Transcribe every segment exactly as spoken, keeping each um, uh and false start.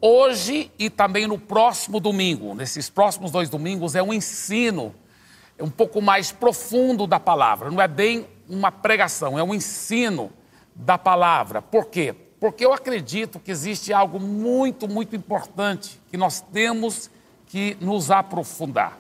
Hoje e também no próximo domingo, nesses próximos dois domingos, é um ensino um pouco mais profundo da palavra. Não é bem uma pregação, é um ensino da palavra. Por quê? Porque eu acredito que existe algo muito, muito importante que nós temos que nos aprofundar.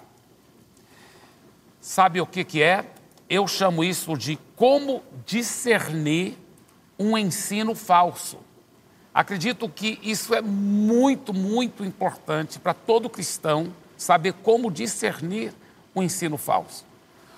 Sabe o que que é? Eu chamo isso de como discernir um ensino falso. Acredito que isso é muito, muito importante para todo cristão saber como discernir o ensino falso.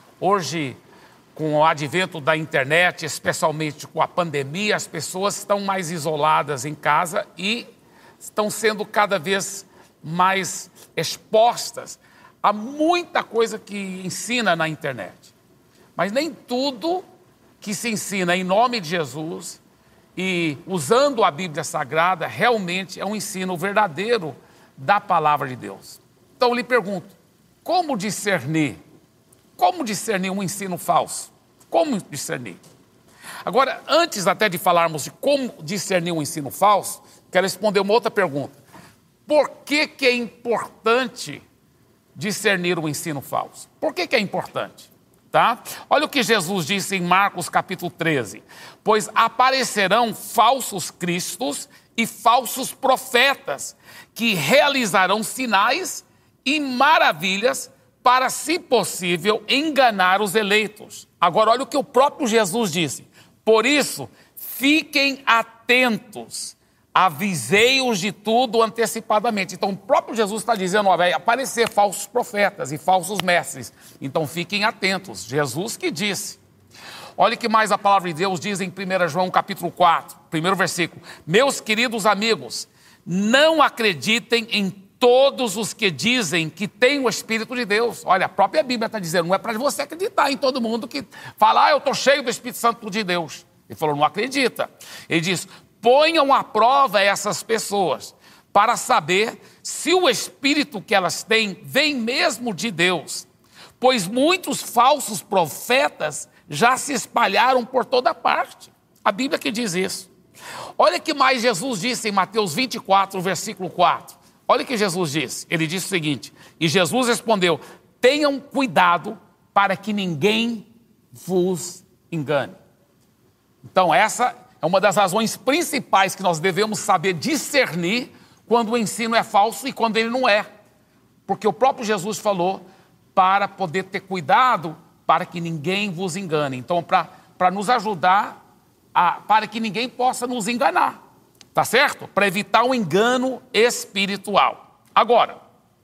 Hoje, com o advento da internet, especialmente com a pandemia, as pessoas estão mais isoladas em casa e estão sendo cada vez mais expostas a muita coisa que ensina na internet. Mas nem tudo que se ensina em nome de Jesus e usando a Bíblia Sagrada realmente é um ensino verdadeiro da palavra de Deus. Então eu lhe pergunto, como discernir? Como discernir um ensino falso? Como discernir? Agora, antes até de falarmos de como discernir um ensino falso, quero responder uma outra pergunta. Por que que é importante discernir um ensino falso? Por que que é importante? Tá? Olha o que Jesus disse em Marcos capítulo treze. Pois aparecerão falsos cristos e falsos profetas, que realizarão sinais e maravilhas para, se possível, enganar os eleitos. Agora, olha o que o próprio Jesus disse. Por isso, fiquem atentos, avisei-os de tudo antecipadamente. Então, o próprio Jesus está dizendo, ó, vai aparecer falsos profetas e falsos mestres. Então, fiquem atentos. Jesus que disse. Olha o que mais a palavra de Deus diz em primeiro João capítulo quatro, primeiro versículo. Meus queridos amigos, não acreditem em todos os que dizem que têm o Espírito de Deus. Olha, a própria Bíblia está dizendo, não é para você acreditar em todo mundo que fala, ah, eu estou cheio do Espírito Santo de Deus. Ele falou, não acredita. Ele diz, ponham à prova essas pessoas para saber se o Espírito que elas têm vem mesmo de Deus. Pois muitos falsos profetas já se espalharam por toda parte. A Bíblia que diz isso. Olha o que mais Jesus disse em Mateus vinte e quatro, versículo quatro. Olha o que Jesus disse. Ele disse o seguinte, e Jesus respondeu, tenham cuidado para que ninguém vos engane. Então essa é uma das razões principais que nós devemos saber discernir quando o ensino é falso e quando ele não é. Porque o próprio Jesus falou para poder ter cuidado para que ninguém vos engane. Então, para para nos ajudar, a, para que ninguém possa nos enganar. Tá certo? Para evitar o engano espiritual. Agora,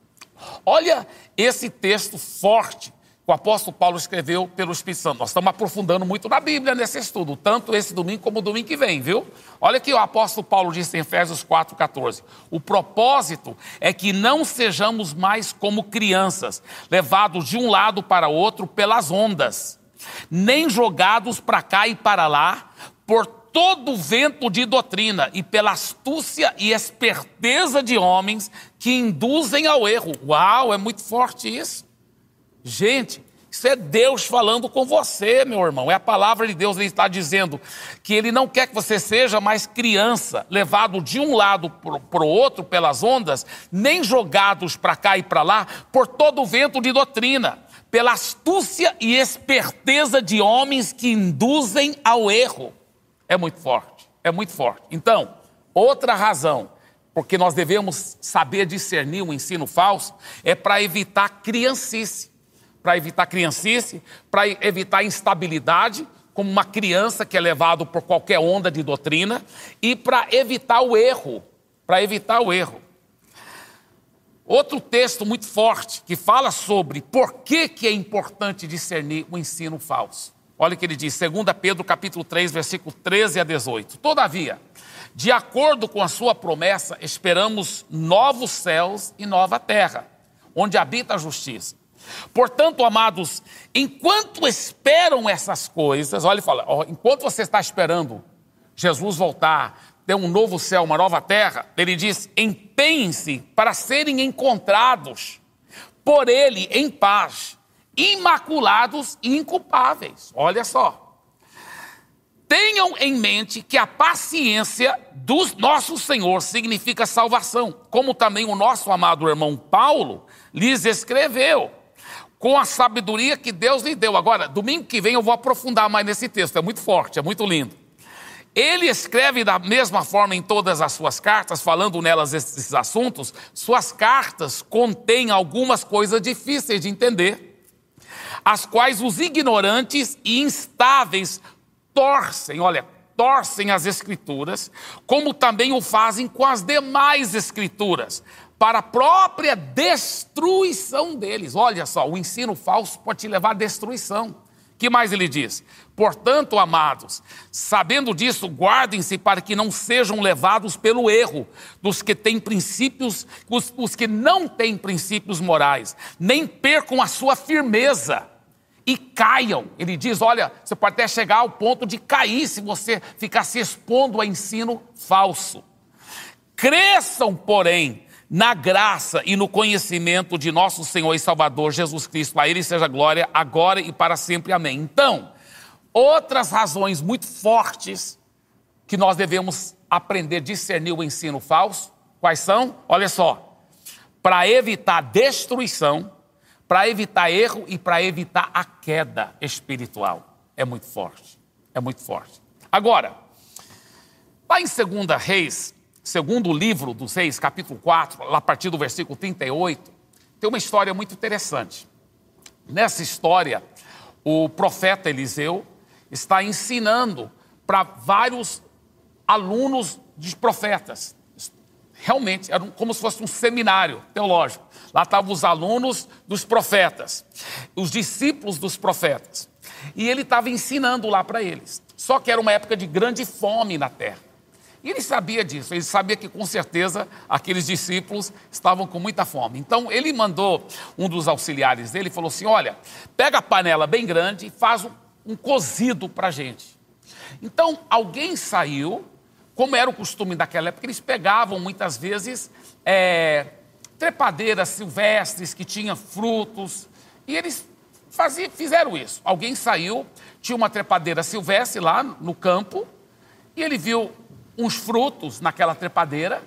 olha esse texto forte que o apóstolo Paulo escreveu pelo Espírito Santo. Nós estamos aprofundando muito na Bíblia nesse estudo, tanto esse domingo como o domingo que vem, viu? Olha que o apóstolo Paulo disse em Efésios quatro, quatorze. O propósito é que não sejamos mais como crianças, levados de um lado para outro pelas ondas, nem jogados para cá e para lá por todo vento de doutrina e pela astúcia e esperteza de homens que induzem ao erro. Uau, é muito forte isso. Gente, isso é Deus falando com você, meu irmão. É a palavra de Deus. Ele está dizendo que Ele não quer que você seja mais criança, levado de um lado para o outro pelas ondas, nem jogados para cá e para lá por todo o vento de doutrina, pela astúcia e esperteza de homens que induzem ao erro. É muito forte, é muito forte. Então, outra razão porque nós devemos saber discernir o ensino falso é para evitar criancice. Para evitar criancice, para evitar instabilidade, como uma criança que é levado por qualquer onda de doutrina, e para evitar o erro, para evitar o erro. Outro texto muito forte que fala sobre por que, que é importante discernir o ensino falso. Olha o que ele diz, dois Pedro capítulo três, versículo treze a dezoito. Todavia, de acordo com a sua promessa, esperamos novos céus e nova terra, onde habita a justiça. Portanto, amados, enquanto esperam essas coisas, olha e fala, ó, enquanto você está esperando Jesus voltar, ter um novo céu, uma nova terra, ele diz, empenhem-se para serem encontrados por ele em paz, imaculados e inculpáveis. Olha só. tenham em mente que a paciência do nosso Senhor significa salvação, como também o nosso amado irmão Paulo lhes escreveu, com a sabedoria que Deus lhe deu. Agora, domingo que vem eu vou aprofundar mais nesse texto, é muito forte, é muito lindo. Ele escreve da mesma forma em todas as suas cartas, falando nelas esses assuntos. Suas cartas contêm algumas coisas difíceis de entender, as quais os ignorantes e instáveis torcem, olha, torcem as escrituras, como também o fazem com as demais escrituras, para a própria destruição deles. Olha só, o ensino falso pode te levar à destruição. Que mais ele diz? Portanto, amados, sabendo disso, guardem-se para que não sejam levados pelo erro dos que têm princípios, os, os que não têm princípios morais, nem percam a sua firmeza e caiam. Ele diz, olha, você pode até chegar ao ponto de cair se você ficar se expondo a ensino falso. Cresçam, porém, na graça e no conhecimento de nosso Senhor e Salvador Jesus Cristo. A Ele seja glória agora e para sempre. Amém. Então, outras razões muito fortes que nós devemos aprender a discernir o ensino falso, quais são? Olha só, para evitar destruição, para evitar erro e para evitar a queda espiritual. É muito forte, é muito forte. Agora, lá em Segunda Reis, segundo livro dos Reis, capítulo quatro, lá a partir do versículo trinta e oito, tem uma história muito interessante. Nessa história, o profeta Eliseu está ensinando para vários alunos de profetas. Realmente, era como se fosse um seminário teológico. Lá estavam os alunos dos profetas, os discípulos dos profetas. E ele estava ensinando lá para eles. Só que era uma época de grande fome na terra. E ele sabia disso, ele sabia que com certeza aqueles discípulos estavam com muita fome. Então ele mandou um dos auxiliares dele e falou assim, olha, pega a panela bem grande e faz um, um cozido para a gente. Então alguém saiu, como era o costume daquela época, eles pegavam muitas vezes é, trepadeiras silvestres que tinham frutos, e eles faziam, fizeram isso. Alguém saiu, tinha uma trepadeira silvestre lá no campo, e ele viu uns frutos naquela trepadeira,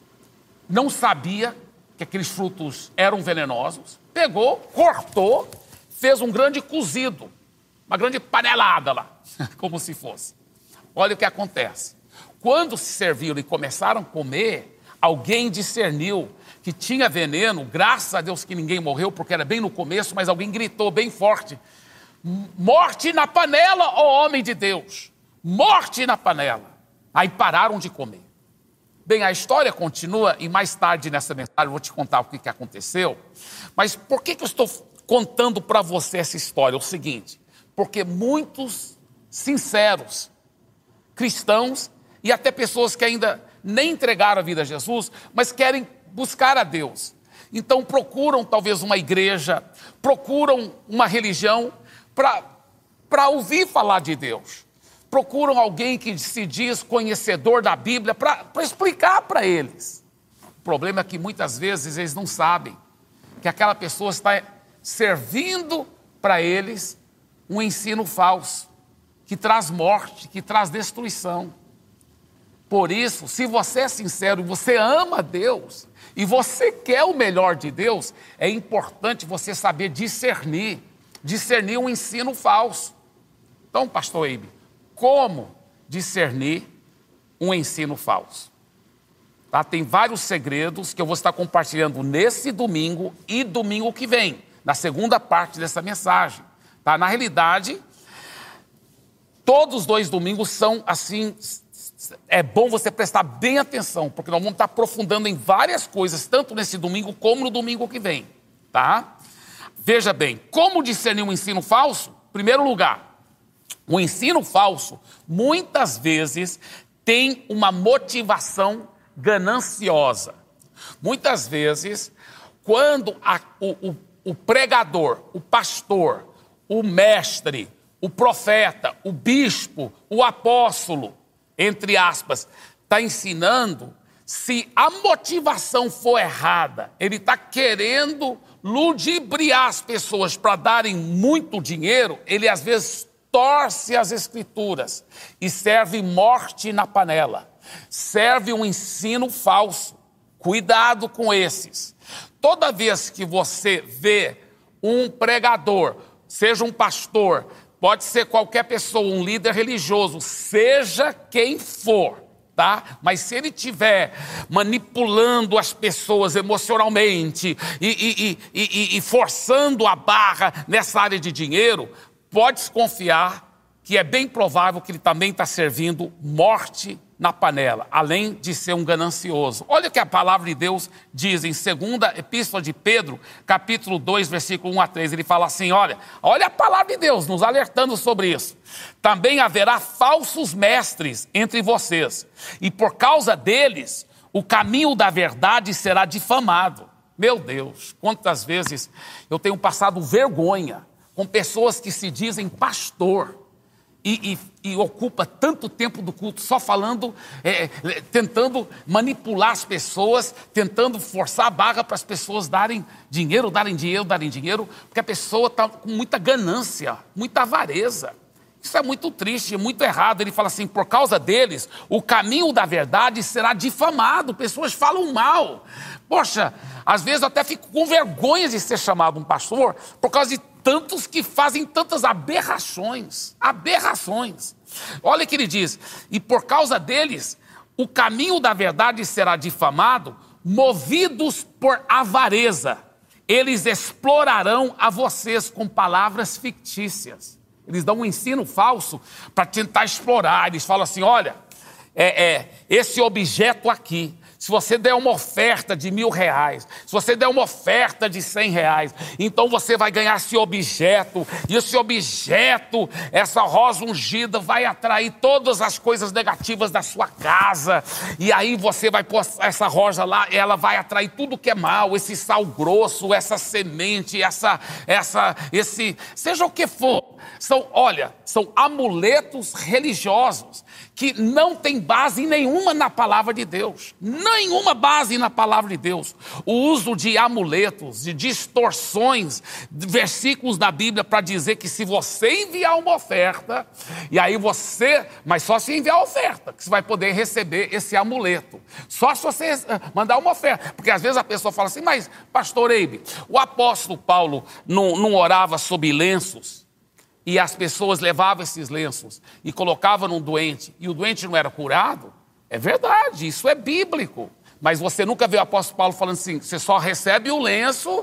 não sabia que aqueles frutos eram venenosos, pegou, cortou, fez um grande cozido, uma grande panelada lá, como se fosse. Olha o que acontece. Quando se serviram e começaram a comer, alguém discerniu que tinha veneno, graças a Deus que ninguém morreu, porque era bem no começo, mas alguém gritou bem forte, morte na panela, ó homem de Deus, morte na panela. Aí pararam de comer. Bem, a história continua e mais tarde nessa mensagem eu vou te contar o que, que aconteceu. Mas por que, que eu estou contando para você essa história? É o seguinte, porque muitos sinceros cristãos e até pessoas que ainda nem entregaram a vida a Jesus, mas querem buscar a Deus. Então procuram talvez uma igreja, procuram uma religião para ouvir falar de Deus. Procuram alguém que se diz conhecedor da Bíblia para explicar para eles. O problema é que muitas vezes eles não sabem que aquela pessoa está servindo para eles um ensino falso, que traz morte, que traz destruição. Por isso, se você é sincero e você ama Deus, e você quer o melhor de Deus, é importante você saber discernir, discernir um ensino falso. Então, pastor Eibe, como discernir um ensino falso? Tá? Tem vários segredos que eu vou estar compartilhando nesse domingo e domingo que vem, na segunda parte dessa mensagem. Tá? Na realidade, todos os dois domingos são assim, é bom você prestar bem atenção, porque nós vamos estar aprofundando em várias coisas, tanto nesse domingo como no domingo que vem. Tá? Veja bem, como discernir um ensino falso? Em primeiro lugar, o ensino falso, muitas vezes, tem uma motivação gananciosa. Muitas vezes, quando a, o, o, o pregador, o pastor, o mestre, o profeta, o bispo, o apóstolo, entre aspas, está ensinando, se a motivação for errada, ele está querendo ludibriar as pessoas para darem muito dinheiro, ele às vezes distorce as Escrituras e serve morte na panela. Serve um ensino falso. Cuidado com esses. Toda vez que você vê um pregador, seja um pastor, pode ser qualquer pessoa, um líder religioso, seja quem for, tá? Mas se ele estiver manipulando as pessoas emocionalmente e, e, e, e, e forçando a barra nessa área de dinheiro, pode desconfiar que é bem provável que ele também está servindo morte na panela, além de ser um ganancioso. Olha o que a palavra de Deus diz em segunda Epístola de Pedro, capítulo dois, versículo um a três. Ele fala assim, olha, olha a palavra de Deus nos alertando sobre isso. Também haverá falsos mestres entre vocês, e por causa deles, o caminho da verdade será difamado. Meu Deus, quantas vezes eu tenho passado vergonha com pessoas que se dizem pastor, E, e, e ocupa tanto tempo do culto só falando, é, tentando manipular as pessoas, tentando forçar a barra para as pessoas darem dinheiro, darem dinheiro, darem dinheiro, porque a pessoa está com muita ganância, muita avareza. Isso é muito triste, é muito errado. Ele fala assim, por causa deles, o caminho da verdade será difamado, pessoas falam mal. Poxa, às vezes eu até fico com vergonha de ser chamado um pastor, por causa de tantos que fazem tantas aberrações, aberrações. Olha o que ele diz, e por causa deles, o caminho da verdade será difamado, movidos por avareza, eles explorarão a vocês com palavras fictícias. Eles dão um ensino falso para tentar explorar. Eles falam assim, olha, é, é, esse objeto aqui, se você der uma oferta de mil reais, se você der uma oferta de cem reais, então você vai ganhar esse objeto, e esse objeto, essa rosa ungida, vai atrair todas as coisas negativas da sua casa, e aí você vai pôr essa rosa lá, ela vai atrair tudo que é mal, esse sal grosso, essa semente, essa, essa, esse, seja o que for. São, olha, são amuletos religiosos que não tem base nenhuma na palavra de Deus. Nenhuma base na palavra de Deus. O uso de amuletos, de distorções, de versículos da Bíblia para dizer que se você enviar uma oferta, e aí você, mas só se enviar a oferta, que você vai poder receber esse amuleto. Só se você mandar uma oferta. Porque às vezes a pessoa fala assim, mas pastor Eibe, o apóstolo Paulo não, não orava sob lenços? E as pessoas levavam esses lenços e colocavam num doente, e o doente não era curado? É verdade, isso é bíblico. Mas você nunca vê o apóstolo Paulo falando assim, você só recebe o lenço,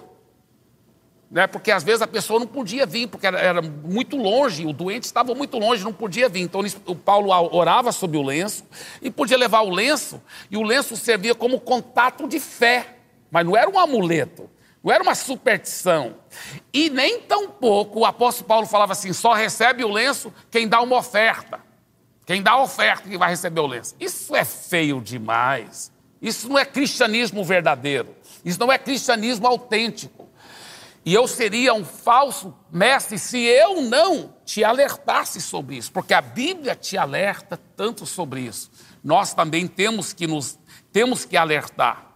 né? Porque às vezes a pessoa não podia vir, porque era, era muito longe, o doente estava muito longe, não podia vir. Então o Paulo orava sobre o lenço, e podia levar o lenço, e o lenço servia como contato de fé, mas não era um amuleto. Não era uma superstição. E nem tampouco o apóstolo Paulo falava assim, só recebe o lenço quem dá uma oferta. Quem dá a oferta que vai receber o lenço. Isso é feio demais. Isso não é cristianismo verdadeiro. Isso não é cristianismo autêntico. E eu seria um falso mestre se eu não te alertasse sobre isso. Porque a Bíblia te alerta tanto sobre isso. Nós também temos que nos temos que alertar.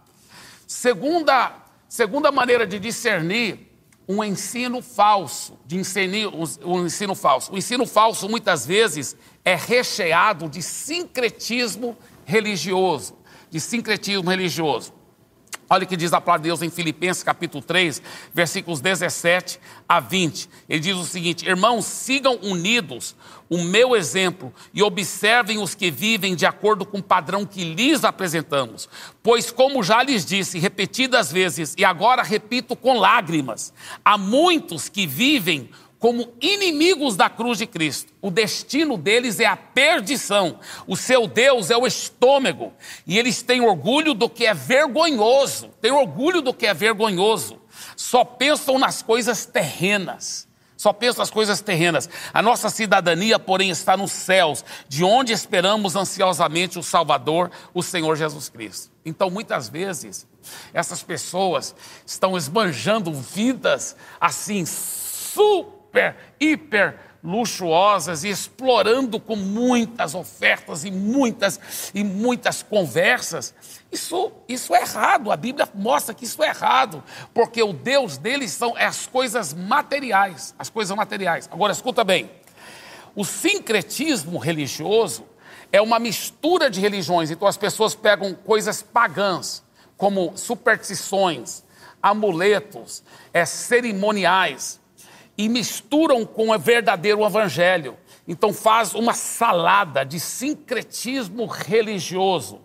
Segunda Segunda maneira de discernir um ensino falso, de ensinar um ensino falso. O ensino falso, muitas vezes, é recheado de sincretismo religioso, de sincretismo religioso. Olha o que diz a palavra de Deus em Filipenses capítulo três, versículos dezessete a vinte. Ele diz o seguinte, irmãos, sigam unidos o meu exemplo e observem os que vivem de acordo com o padrão que lhes apresentamos. Pois como já lhes disse repetidas vezes, e agora repito com lágrimas, há muitos que vivem como inimigos da cruz de Cristo. O destino deles é a perdição. O seu Deus é o estômago. E eles têm orgulho do que é vergonhoso. Têm orgulho do que é vergonhoso. Só pensam nas coisas terrenas. Só pensam nas coisas terrenas. A nossa cidadania, porém, está nos céus, de onde esperamos ansiosamente o Salvador, o Senhor Jesus Cristo. Então, muitas vezes, essas pessoas estão esbanjando vidas assim, super super, hiper luxuosas e explorando com muitas ofertas e muitas, e muitas conversas. Isso, isso é errado, a Bíblia mostra que isso é errado, porque o Deus deles são as coisas materiais, as coisas materiais. Agora, escuta bem, O sincretismo religioso é uma mistura de religiões. Então as pessoas pegam coisas pagãs, como superstições, amuletos, é, cerimoniais, e misturam com o verdadeiro evangelho. Então faz uma salada de sincretismo religioso.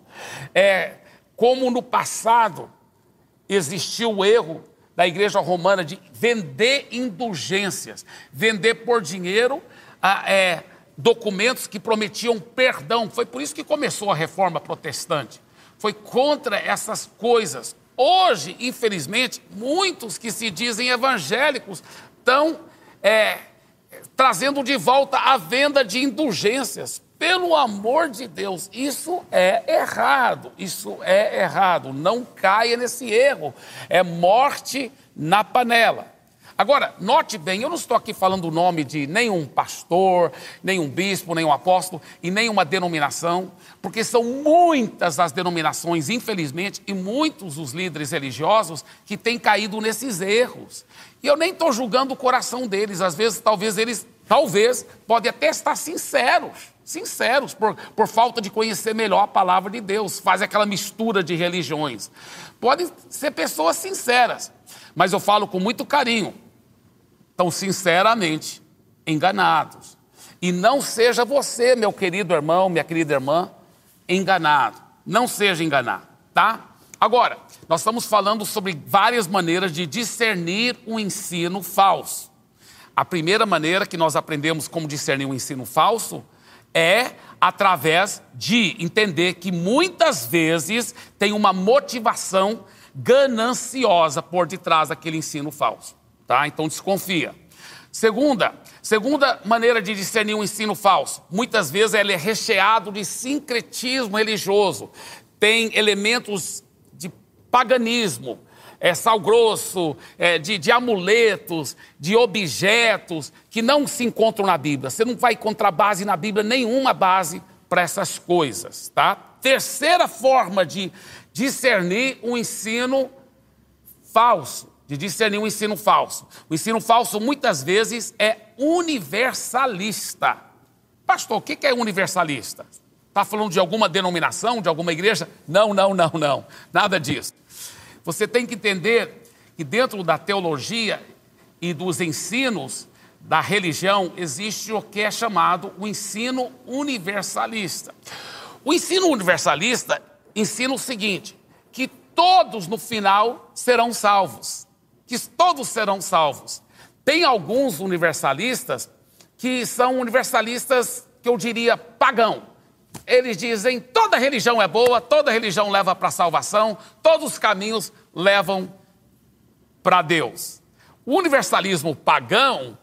É, como no passado existiu o erro da igreja romana de vender indulgências, vender por dinheiro ah, é, documentos que prometiam perdão. Foi por isso que começou a reforma protestante. Foi contra essas coisas. Hoje, infelizmente, muitos que se dizem evangélicos estão é, trazendo de volta a venda de indulgências. Pelo amor de Deus, isso é errado, isso é errado. Não caia nesse erro. É morte na panela. Agora, note bem, eu não estou aqui falando o nome de nenhum pastor, nenhum bispo, nenhum apóstolo e nenhuma denominação, porque são muitas as denominações, infelizmente, e muitos os líderes religiosos que têm caído nesses erros. E eu nem estou julgando o coração deles, às vezes, talvez eles, talvez, podem até estar sinceros. Sinceros, por, por falta de conhecer melhor a palavra de Deus, faz aquela mistura de religiões. Podem ser pessoas sinceras, mas eu falo com muito carinho, estão sinceramente enganados. E não seja você, meu querido irmão, minha querida irmã, enganado. Não seja enganado, tá? Agora, nós estamos falando sobre várias maneiras de discernir um ensino falso. A primeira maneira que nós aprendemos como discernir um ensino falso é através de entender que muitas vezes tem uma motivação gananciosa por detrás daquele ensino falso, tá? Então desconfia. Segunda, segunda maneira de discernir um ensino falso, muitas vezes ele é recheado de sincretismo religioso, tem elementos de paganismo, é, sal grosso, é, de, de amuletos, de objetos que não se encontram na Bíblia. Você não vai encontrar base na Bíblia, nenhuma base para essas coisas, tá? Terceira forma de discernir um ensino falso, de discernir um ensino falso. O ensino falso muitas vezes é universalista. Pastor, o que é universalista? Está falando de alguma denominação, de alguma igreja? Não, não, não, não, nada disso. Você tem que entender que dentro da teologia e dos ensinos da religião existe o que é chamado o ensino universalista. O ensino universalista ensina o seguinte, que todos no final serão salvos, que todos serão salvos. Tem alguns universalistas que são universalistas que eu diria pagão. Eles dizem toda religião é boa, toda religião leva para a salvação, todos os caminhos levam para Deus. O universalismo pagão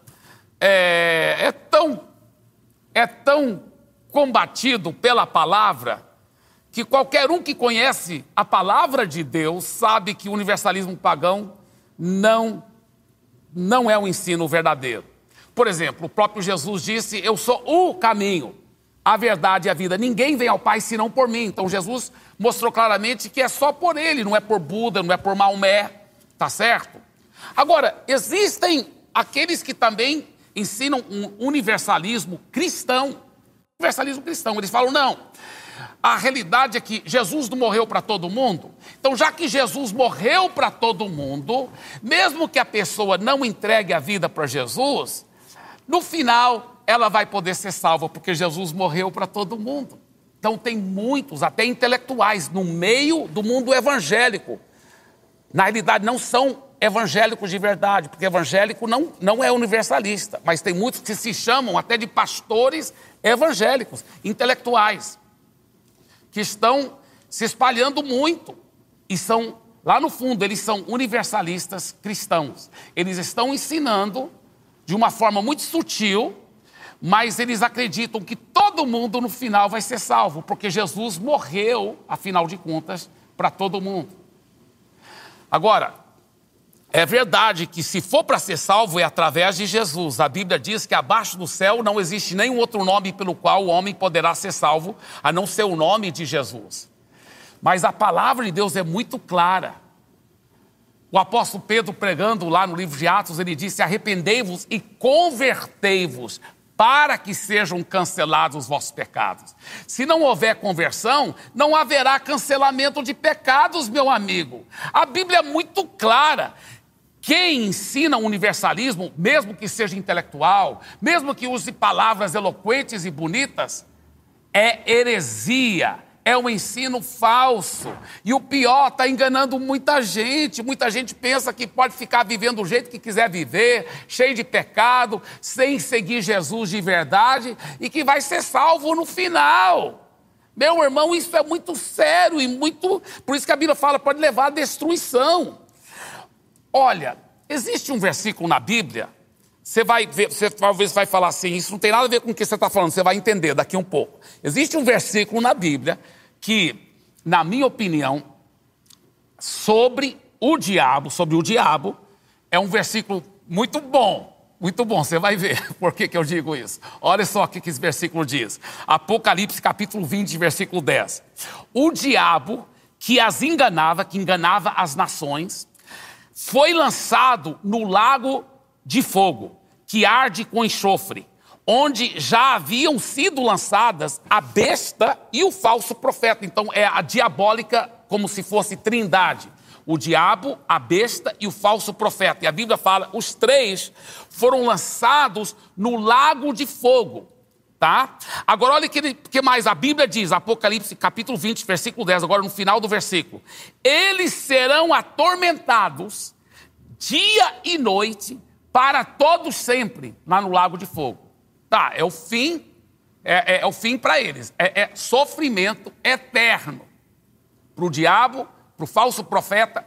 é, é, tão, é tão combatido pela palavra que qualquer um que conhece a palavra de Deus sabe que o universalismo pagão não, não é um ensino verdadeiro. Por exemplo, o próprio Jesus disse, eu sou o caminho, a verdade e a vida. Ninguém vem ao Pai senão por mim. Então Jesus mostrou claramente que é só por ele, não é por Buda, não é por Maomé, tá certo? Agora, existem aqueles que também ensinam um universalismo cristão. Universalismo cristão, eles falam, não, a realidade é que Jesus não morreu para todo mundo. Então, já que Jesus morreu para todo mundo, mesmo que a pessoa não entregue a vida para Jesus, no final ela vai poder ser salva, porque Jesus morreu para todo mundo. Então tem muitos, até intelectuais, no meio do mundo evangélico. Na realidade não são evangélicos de verdade, porque evangélico não, não é universalista, mas tem muitos que se chamam até de pastores evangélicos, intelectuais, que estão se espalhando muito, e são, lá no fundo, eles são universalistas cristãos. Eles estão ensinando de uma forma muito sutil, mas eles acreditam que todo mundo no final vai ser salvo, porque Jesus morreu, afinal de contas, para todo mundo. Agora, é verdade que se for para ser salvo é através de Jesus. A Bíblia diz que abaixo do céu não existe nenhum outro nome pelo qual o homem poderá ser salvo, a não ser o nome de Jesus. Mas a palavra de Deus é muito clara. O apóstolo Pedro, pregando lá no livro de Atos, ele disse, arrependei-vos e convertei-vos para que sejam cancelados os vossos pecados. Se não houver conversão, não haverá cancelamento de pecados, meu amigo. A Bíblia é muito clara. Quem ensina o universalismo, mesmo que seja intelectual, mesmo que use palavras eloquentes e bonitas, é heresia, é um ensino falso. E o pior, está enganando muita gente. Muita gente pensa que pode ficar vivendo do jeito que quiser viver, cheio de pecado, sem seguir Jesus de verdade, e que vai ser salvo no final. Meu irmão, isso é muito sério e muito... Por isso que a Bíblia fala, pode levar à destruição. Olha, existe um versículo na Bíblia, você vai ver, você talvez vai falar assim, isso não tem nada a ver com o que você está falando, você vai entender daqui um pouco. Existe um versículo na Bíblia que, na minha opinião, sobre o diabo, sobre o diabo, é um versículo muito bom, muito bom, você vai ver por que, que eu digo isso. Olha só o que, que esse versículo diz. Apocalipse capítulo vinte, versículo dez. O diabo que as enganava, que enganava as nações, foi lançado no lago de fogo, que arde com enxofre, onde já haviam sido lançadas a besta e o falso profeta. Então é a diabólica, como se fosse trindade. O diabo, a besta e o falso profeta. E a Bíblia fala, os três foram lançados no lago de fogo. Tá? Agora olha o que, que mais a Bíblia diz, Apocalipse capítulo vinte, versículo dez, agora no final do versículo. Eles serão atormentados dia e noite para todos sempre, lá no lago de fogo. Tá, é o fim, é, é, é o fim para eles, é, é sofrimento eterno. Para o diabo, para o falso profeta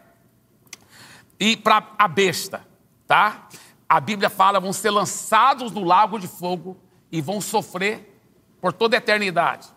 e para a besta, tá? A Bíblia fala, vão ser lançados no lago de fogo e vão sofrer por toda a eternidade.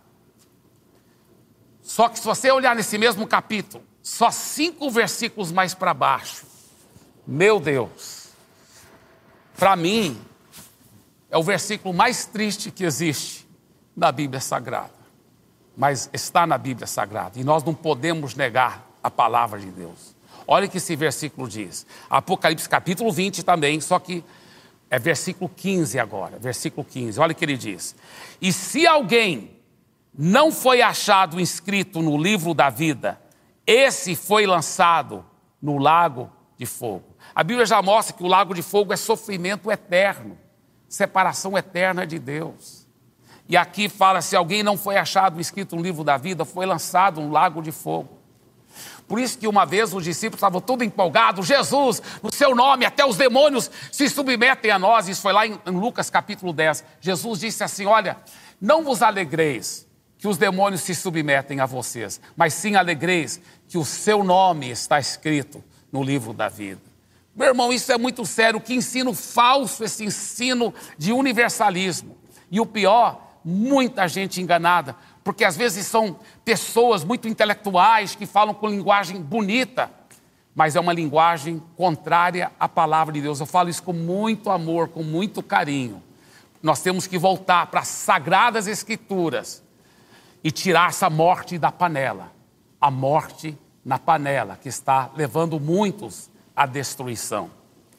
Só que se você olhar nesse mesmo capítulo, só cinco versículos mais para baixo, meu Deus, para mim, é o versículo mais triste que existe na Bíblia Sagrada. Mas está na Bíblia Sagrada e nós não podemos negar a palavra de Deus. Olha o que esse versículo diz. Apocalipse capítulo vinte também, só que é versículo quinze agora, versículo quinze, olha o que ele diz. E se alguém não foi achado inscrito no livro da vida, esse foi lançado no lago de fogo. A Bíblia já mostra que o lago de fogo é sofrimento eterno, separação eterna de Deus. E aqui fala, se alguém não foi achado inscrito no livro da vida, foi lançado no lago de fogo. Por isso que uma vez os discípulos estavam todos empolgados, Jesus, no seu nome, até os demônios se submetem a nós. Isso foi lá em, em Lucas capítulo dez. Jesus disse assim, olha, não vos alegreis que os demônios se submetem a vocês, mas sim alegreis que o seu nome está escrito no livro da vida. Meu irmão, isso é muito sério, que ensino falso, esse ensino de universalismo. E o pior, muita gente enganada, porque às vezes são pessoas muito intelectuais que falam com linguagem bonita, mas é uma linguagem contrária à palavra de Deus. Eu falo isso com muito amor, com muito carinho. Nós temos que voltar para as sagradas escrituras e tirar essa morte da panela. A morte na panela, que está levando muitos à destruição.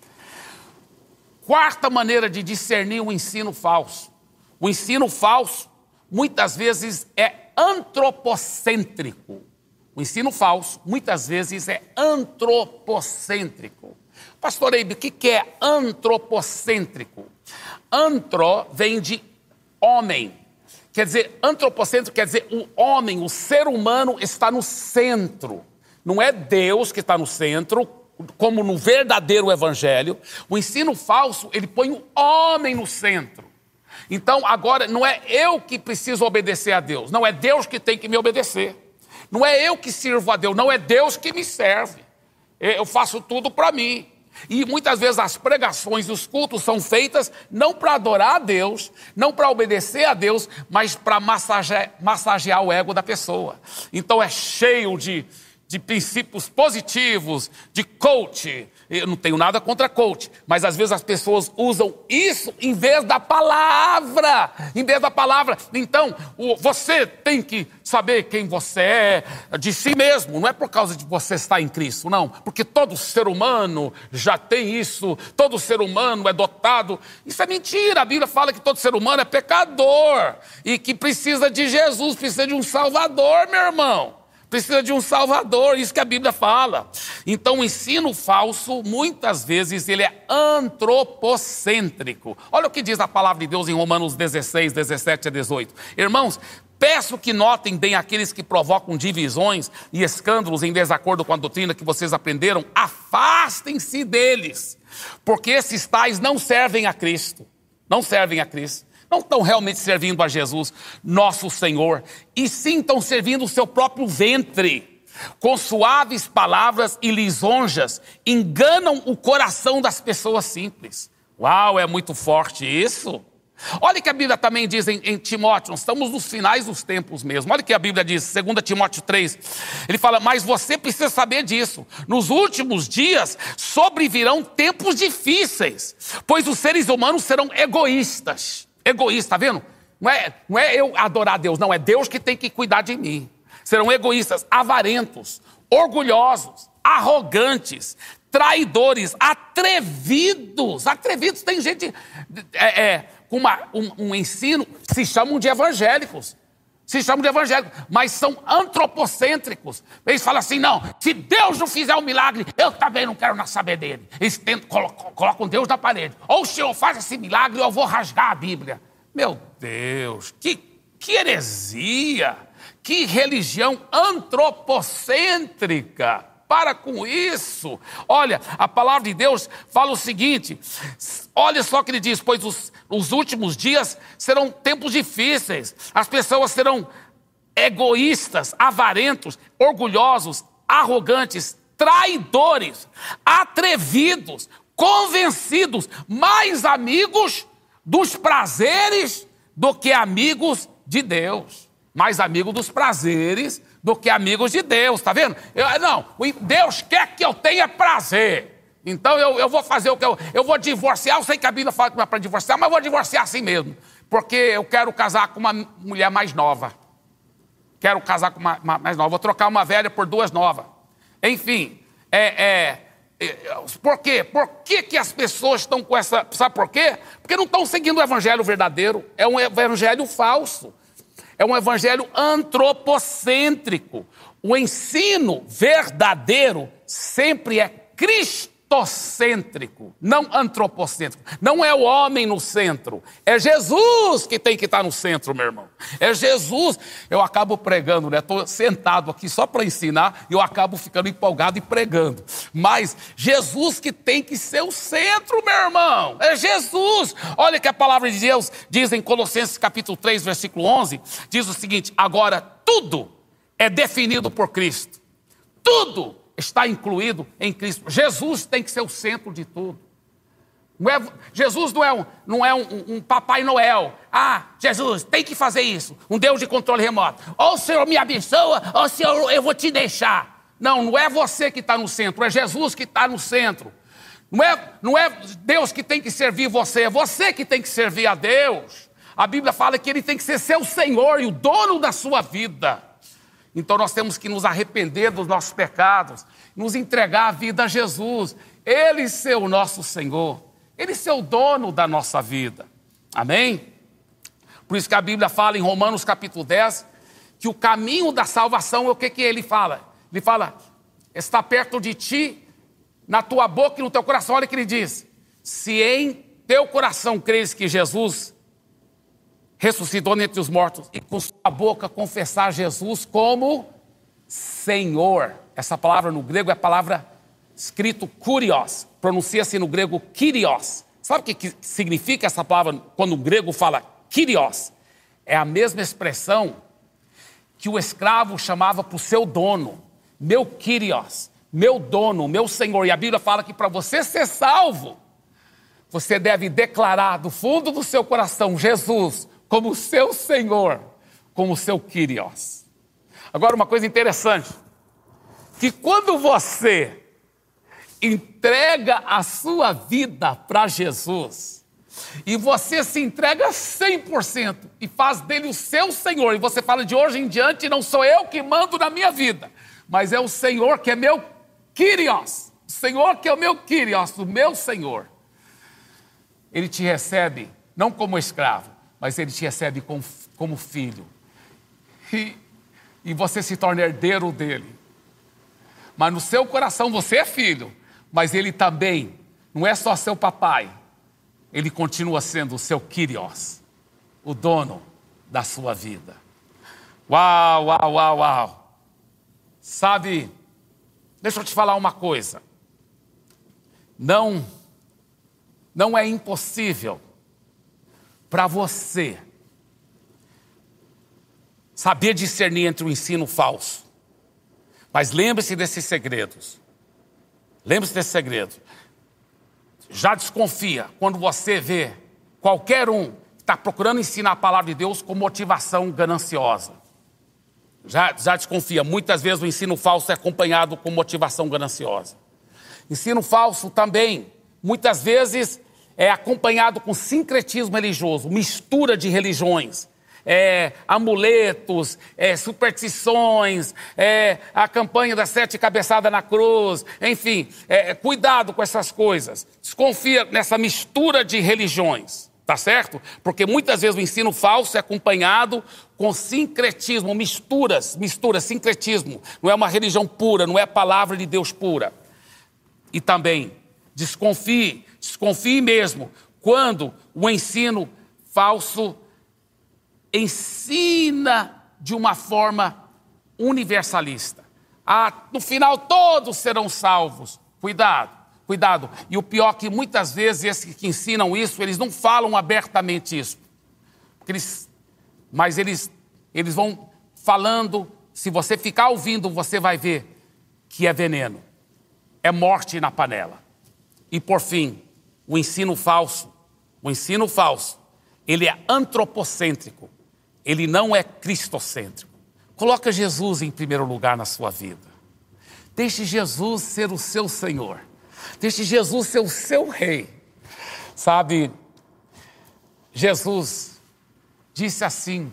Quarta maneira de discernir o ensino falso. O ensino falso, muitas vezes, é antropocêntrico. O ensino falso, muitas vezes, é antropocêntrico. Pastor Eibe, o que é antropocêntrico? Antro vem de homem. Quer dizer, antropocêntrico quer dizer o homem, o ser humano está no centro. Não é Deus que está no centro, como no verdadeiro evangelho. O ensino falso, ele põe o homem no centro. Então, agora, não é eu que preciso obedecer a Deus. Não é Deus que tem que me obedecer. Não é eu que sirvo a Deus. Não é Deus que me serve. Eu faço tudo para mim. E muitas vezes as pregações e os cultos são feitas não para adorar a Deus, não para obedecer a Deus, mas para massagear, massagear o ego da pessoa. Então é cheio de, de princípios positivos, de coach. Eu não tenho nada contra coach, mas às vezes as pessoas usam isso em vez da palavra, em vez da palavra. Então, você tem que saber quem você é de si mesmo, não é por causa de você estar em Cristo, não, porque todo ser humano já tem isso, todo ser humano é dotado. Isso é mentira, a Bíblia fala que todo ser humano é pecador e que precisa de Jesus, precisa de um Salvador, meu irmão. Precisa de um Salvador, isso que a Bíblia fala. Então o ensino falso, muitas vezes, ele é antropocêntrico. Olha o que diz a palavra de Deus em Romanos dezesseis, dezessete a dezoito. Irmãos, peço que notem bem aqueles que provocam divisões e escândalos em desacordo com a doutrina que vocês aprenderam. Afastem-se deles, porque esses tais não servem a Cristo. Não servem a Cristo. Não estão realmente servindo a Jesus, nosso Senhor, e sim estão servindo o seu próprio ventre. Com suaves palavras e lisonjas, enganam o coração das pessoas simples. Uau, é muito forte isso. Olha o que a Bíblia também diz em, em Timóteo, nós estamos nos finais dos tempos mesmo. Olha o que a Bíblia diz, dois Timóteo três. Ele fala, mas você precisa saber disso. Nos últimos dias sobrevirão tempos difíceis, pois os seres humanos serão egoístas. Egoísta, tá vendo? Não é, não é eu adorar a Deus, não, é Deus que tem que cuidar de mim. Serão egoístas, avarentos, orgulhosos, arrogantes, traidores, atrevidos. Atrevidos, tem gente é, é, com uma, um, um ensino, se chamam de evangélicos. Se chamam de evangélicos, mas são antropocêntricos. Eles falam assim, não, se Deus não fizer um milagre, eu também não quero saber dele. Eles tentam, colocam, colocam Deus na parede. Ou o Senhor faz esse milagre, eu vou rasgar a Bíblia. Meu Deus, que, que heresia, que religião antropocêntrica. Para com isso. Olha, a palavra de Deus fala o seguinte, olha só o que ele diz, pois os, os últimos dias serão tempos difíceis, as pessoas serão egoístas, avarentos, orgulhosos, arrogantes, traidores, atrevidos, convencidos, mais amigos dos prazeres do que amigos de Deus. Mais amigos dos prazeres do que amigos de Deus, tá vendo? Eu, não, Deus quer que eu tenha prazer. Então eu, eu vou fazer o que eu... Eu vou divorciar, eu sei que a Bíblia fala que não é para divorciar, mas eu vou divorciar assim mesmo. Porque eu quero casar com uma mulher mais nova. Quero casar com uma, uma mais nova. Vou trocar uma velha por duas novas. Enfim, é... é por quê? Por que, que as pessoas estão com essa... Sabe por quê? Porque não estão seguindo o evangelho verdadeiro. É um evangelho falso. É um evangelho antropocêntrico. O ensino verdadeiro sempre é cristocêntrico, não antropocêntrico. Não é o homem no centro, é Jesus que tem que estar no centro, meu irmão. É Jesus. Eu acabo pregando, né? Estou sentado aqui só para ensinar e eu acabo ficando empolgado e pregando. Mas Jesus que tem que ser o centro, meu irmão. É Jesus. Olha que a palavra de Deus diz em Colossenses capítulo três, versículo onze, diz o seguinte, agora tudo é definido por Cristo. Tudo está incluído em Cristo. Jesus tem que ser o centro de tudo. Não é, Jesus não é, um, não é um, um, um Papai Noel. Ah, Jesus, tem que fazer isso. Um Deus de controle remoto. Ou o Senhor me abençoa, ou o Senhor eu vou te deixar. Não, não é você que está no centro, é Jesus que está no centro. Não é, não é Deus que tem que servir você, é você que tem que servir a Deus. A Bíblia fala que Ele tem que ser seu Senhor e o dono da sua vida. Então nós temos que nos arrepender dos nossos pecados, nos entregar a vida a Jesus, Ele ser o nosso Senhor, Ele ser o dono da nossa vida, amém? Por isso que a Bíblia fala em Romanos capítulo dez, que o caminho da salvação é o que que Ele fala? Ele fala, está perto de ti, na tua boca e no teu coração. Olha o que Ele diz, se em teu coração creres que Jesus ressuscitou dentre os mortos, e com sua boca confessar Jesus como Senhor. Essa palavra no grego é a palavra escrito kurios, pronuncia-se no grego kyrios. Sabe o que, que significa essa palavra quando o grego fala kyrios? É a mesma expressão que o escravo chamava para o seu dono, meu kyrios, meu dono, meu Senhor. E a Bíblia fala que para você ser salvo, você deve declarar do fundo do seu coração Jesus como seu Senhor, como seu Kyrios. Agora uma coisa interessante, que quando você entrega a sua vida para Jesus, e você se entrega cem por cento e faz dele o seu Senhor, e você fala, de hoje em diante não sou eu que mando na minha vida, mas é o Senhor que é meu Kyrios, o Senhor que é o meu Kyrios, o meu Senhor. Ele te recebe não como escravo, mas ele te recebe como, como filho, e, e você se torna herdeiro dele. Mas no seu coração você é filho, mas ele também não é só seu papai, ele continua sendo o seu Kyrios, o dono da sua vida. Uau, uau, uau, uau. Sabe, deixa eu te falar uma coisa. Não, não é impossível para você saber discernir entre o ensino falso. Mas lembre-se desses segredos. Lembre-se desse segredo. Já desconfia quando você vê qualquer um que está procurando ensinar a palavra de Deus com motivação gananciosa. Já, já desconfia. Muitas vezes o ensino falso é acompanhado com motivação gananciosa. Ensino falso também, muitas vezes, é acompanhado com sincretismo religioso, mistura de religiões. É, amuletos, é, superstições, é, a campanha das sete cabeçadas na cruz, enfim, é, cuidado com essas coisas. Desconfia nessa mistura de religiões, tá certo? Porque muitas vezes o ensino falso é acompanhado com sincretismo, misturas, misturas, sincretismo. Não é uma religião pura, não é a palavra de Deus pura. E também, desconfie, desconfie mesmo, quando o ensino falso ensina de uma forma universalista. Ah, no final todos serão salvos. Cuidado, cuidado. E o pior é que muitas vezes esses que ensinam isso, eles não falam abertamente isso. Eles, mas eles, eles vão falando, se você ficar ouvindo, você vai ver que é veneno. É morte na panela. E por fim, o ensino falso, o ensino falso, ele é antropocêntrico. Ele não é cristocêntrico. Coloca Jesus em primeiro lugar na sua vida. Deixe Jesus ser o seu Senhor. Deixe Jesus ser o seu rei. Sabe, Jesus disse assim,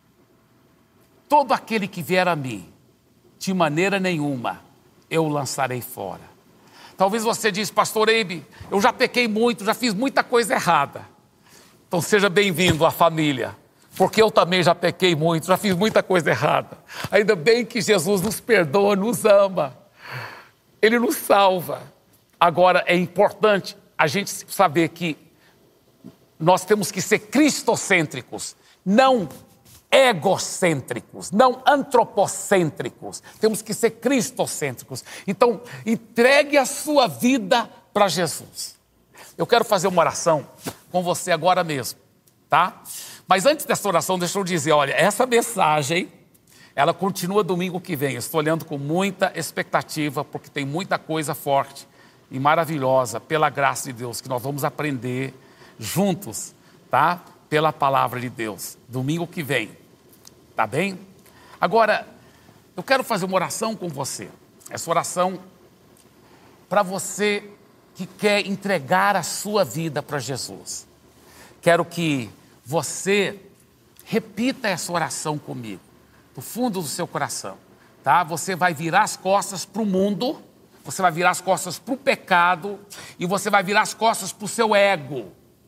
todo aquele que vier a mim, de maneira nenhuma, eu o lançarei fora. Talvez você diz, pastor Eibe, eu já pequei muito, já fiz muita coisa errada. Então seja bem-vindo à família. Porque eu também já pequei muito, já fiz muita coisa errada. Ainda bem que Jesus nos perdoa, nos ama. Ele nos salva. Agora, é importante a gente saber que nós temos que ser cristocêntricos, não egocêntricos, não antropocêntricos. Temos que ser cristocêntricos. Então, entregue a sua vida para Jesus. Eu quero fazer uma oração com você agora mesmo, tá? Mas antes dessa oração, deixa eu dizer, olha, essa mensagem, ela continua domingo que vem. Eu estou olhando com muita expectativa, porque tem muita coisa forte e maravilhosa, pela graça de Deus, que nós vamos aprender juntos, tá? Pela palavra de Deus, domingo que vem, tá bem? Agora, eu quero fazer uma oração com você. Essa oração para você que quer entregar a sua vida para Jesus. Quero que você repita essa oração comigo, do fundo do seu coração, tá? Você vai virar as costas para o mundo, você vai virar as costas para o pecado, e você vai virar as costas para o seu ego.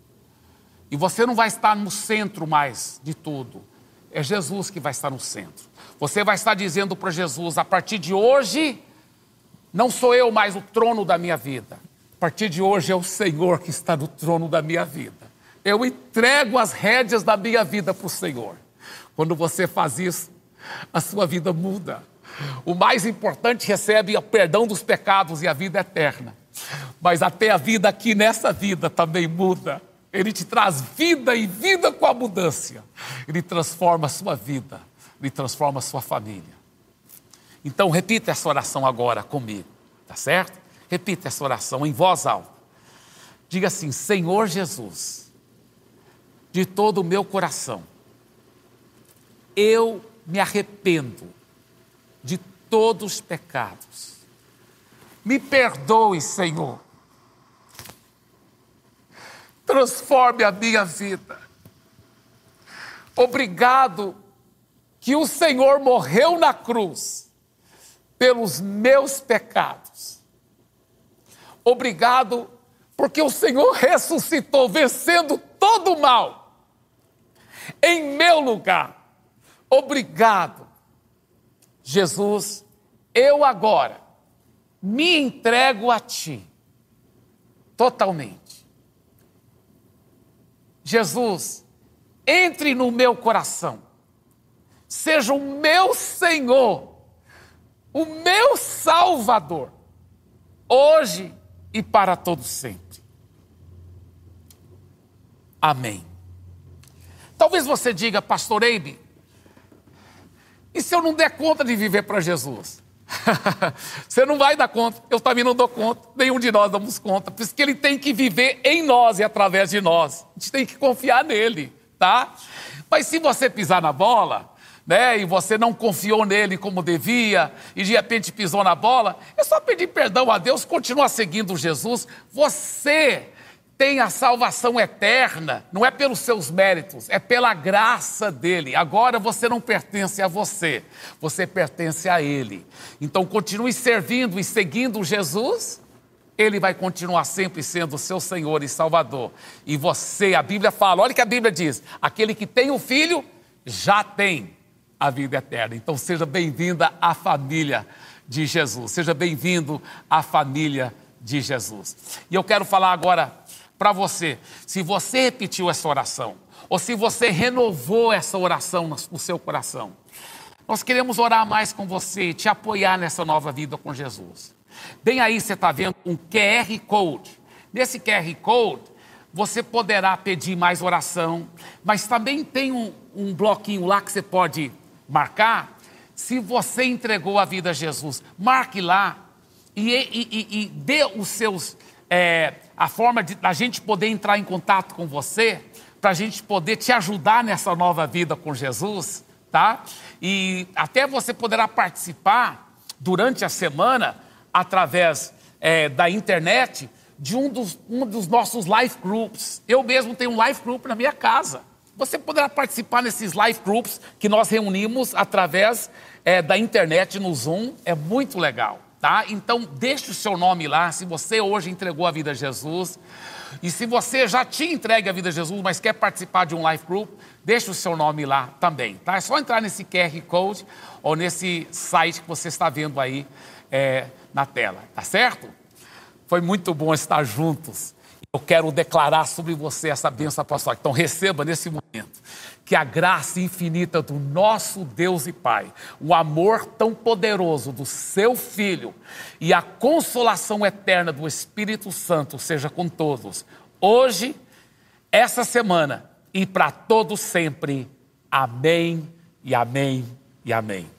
E você não vai estar no centro mais de tudo, é Jesus que vai estar no centro. Você vai estar dizendo para Jesus, a partir de hoje, não sou eu mais o trono da minha vida, a partir de hoje é o Senhor que está no trono da minha vida. Eu entrego as rédeas da minha vida para o Senhor. Quando você faz isso, a sua vida muda. O mais importante, recebe o perdão dos pecados e a vida eterna. Mas até a vida aqui nessa vida também muda. Ele te traz vida e vida com abundância. Ele transforma a sua vida. Ele transforma a sua família. Então repita essa oração agora comigo. Tá certo? Repita essa oração em voz alta. Diga assim, Senhor Jesus, de todo o meu coração, eu me arrependo de todos os pecados. Me perdoe, Senhor. Transforme a minha vida. Obrigado que o Senhor morreu na cruz pelos meus pecados. Obrigado porque o Senhor ressuscitou, vencendo todo o mal em meu lugar. Obrigado, Jesus. Eu agora me entrego a Ti totalmente. Jesus, entre no meu coração, seja o meu Senhor, o meu Salvador, hoje e para todo sempre. Amém. Talvez você diga, pastor Eibe, e se eu não der conta de viver para Jesus? Você não vai dar conta, eu também não dou conta, nenhum de nós damos conta, por isso que ele tem que viver em nós e através de nós, a gente tem que confiar nele, tá? Mas se você pisar na bola, né, e você não confiou nele como devia, e de repente pisou na bola, é só pedir perdão a Deus, continuar seguindo Jesus. Você tem a salvação eterna, não é pelos seus méritos, é pela graça dele. Agora você não pertence a você, você pertence a ele. Então continue servindo e seguindo Jesus, ele vai continuar sempre sendo o seu Senhor e Salvador. E você, a Bíblia fala, olha o que a Bíblia diz, aquele que tem o Filho, já tem a vida eterna. Então seja bem-vinda à família de Jesus, seja bem-vindo à família de Jesus. E eu quero falar agora para você, se você repetiu essa oração, ou se você renovou essa oração no seu coração, nós queremos orar mais com você e te apoiar nessa nova vida com Jesus. Bem aí você está vendo um Q R Code. Nesse Q R Code, você poderá pedir mais oração, mas também tem um, um bloquinho lá que você pode marcar. Se você entregou a vida a Jesus, marque lá e, e, e, e dê os seus... É, a forma de a gente poder entrar em contato com você, para a gente poder te ajudar nessa nova vida com Jesus, tá? E até você poderá participar durante a semana, através é, da internet, de um dos, um dos nossos life groups. Eu mesmo tenho um life group na minha casa. Você poderá participar nesses life groups que nós reunimos através é, da internet no Zoom, é muito legal. Tá? Então, deixe o seu nome lá, se você hoje entregou a vida a Jesus. E se você já tinha entregue a vida a Jesus, mas quer participar de um life group, deixe o seu nome lá também. Tá? É só entrar nesse Q R Code ou nesse site que você está vendo aí é, na tela. Tá certo? Foi muito bom estar juntos. Eu quero declarar sobre você essa bênção apostólica. Então, receba nesse momento que a graça infinita do nosso Deus e Pai, o amor tão poderoso do seu Filho e a consolação eterna do Espírito Santo seja com todos, hoje, essa semana e para todos sempre. Amém e amém e amém.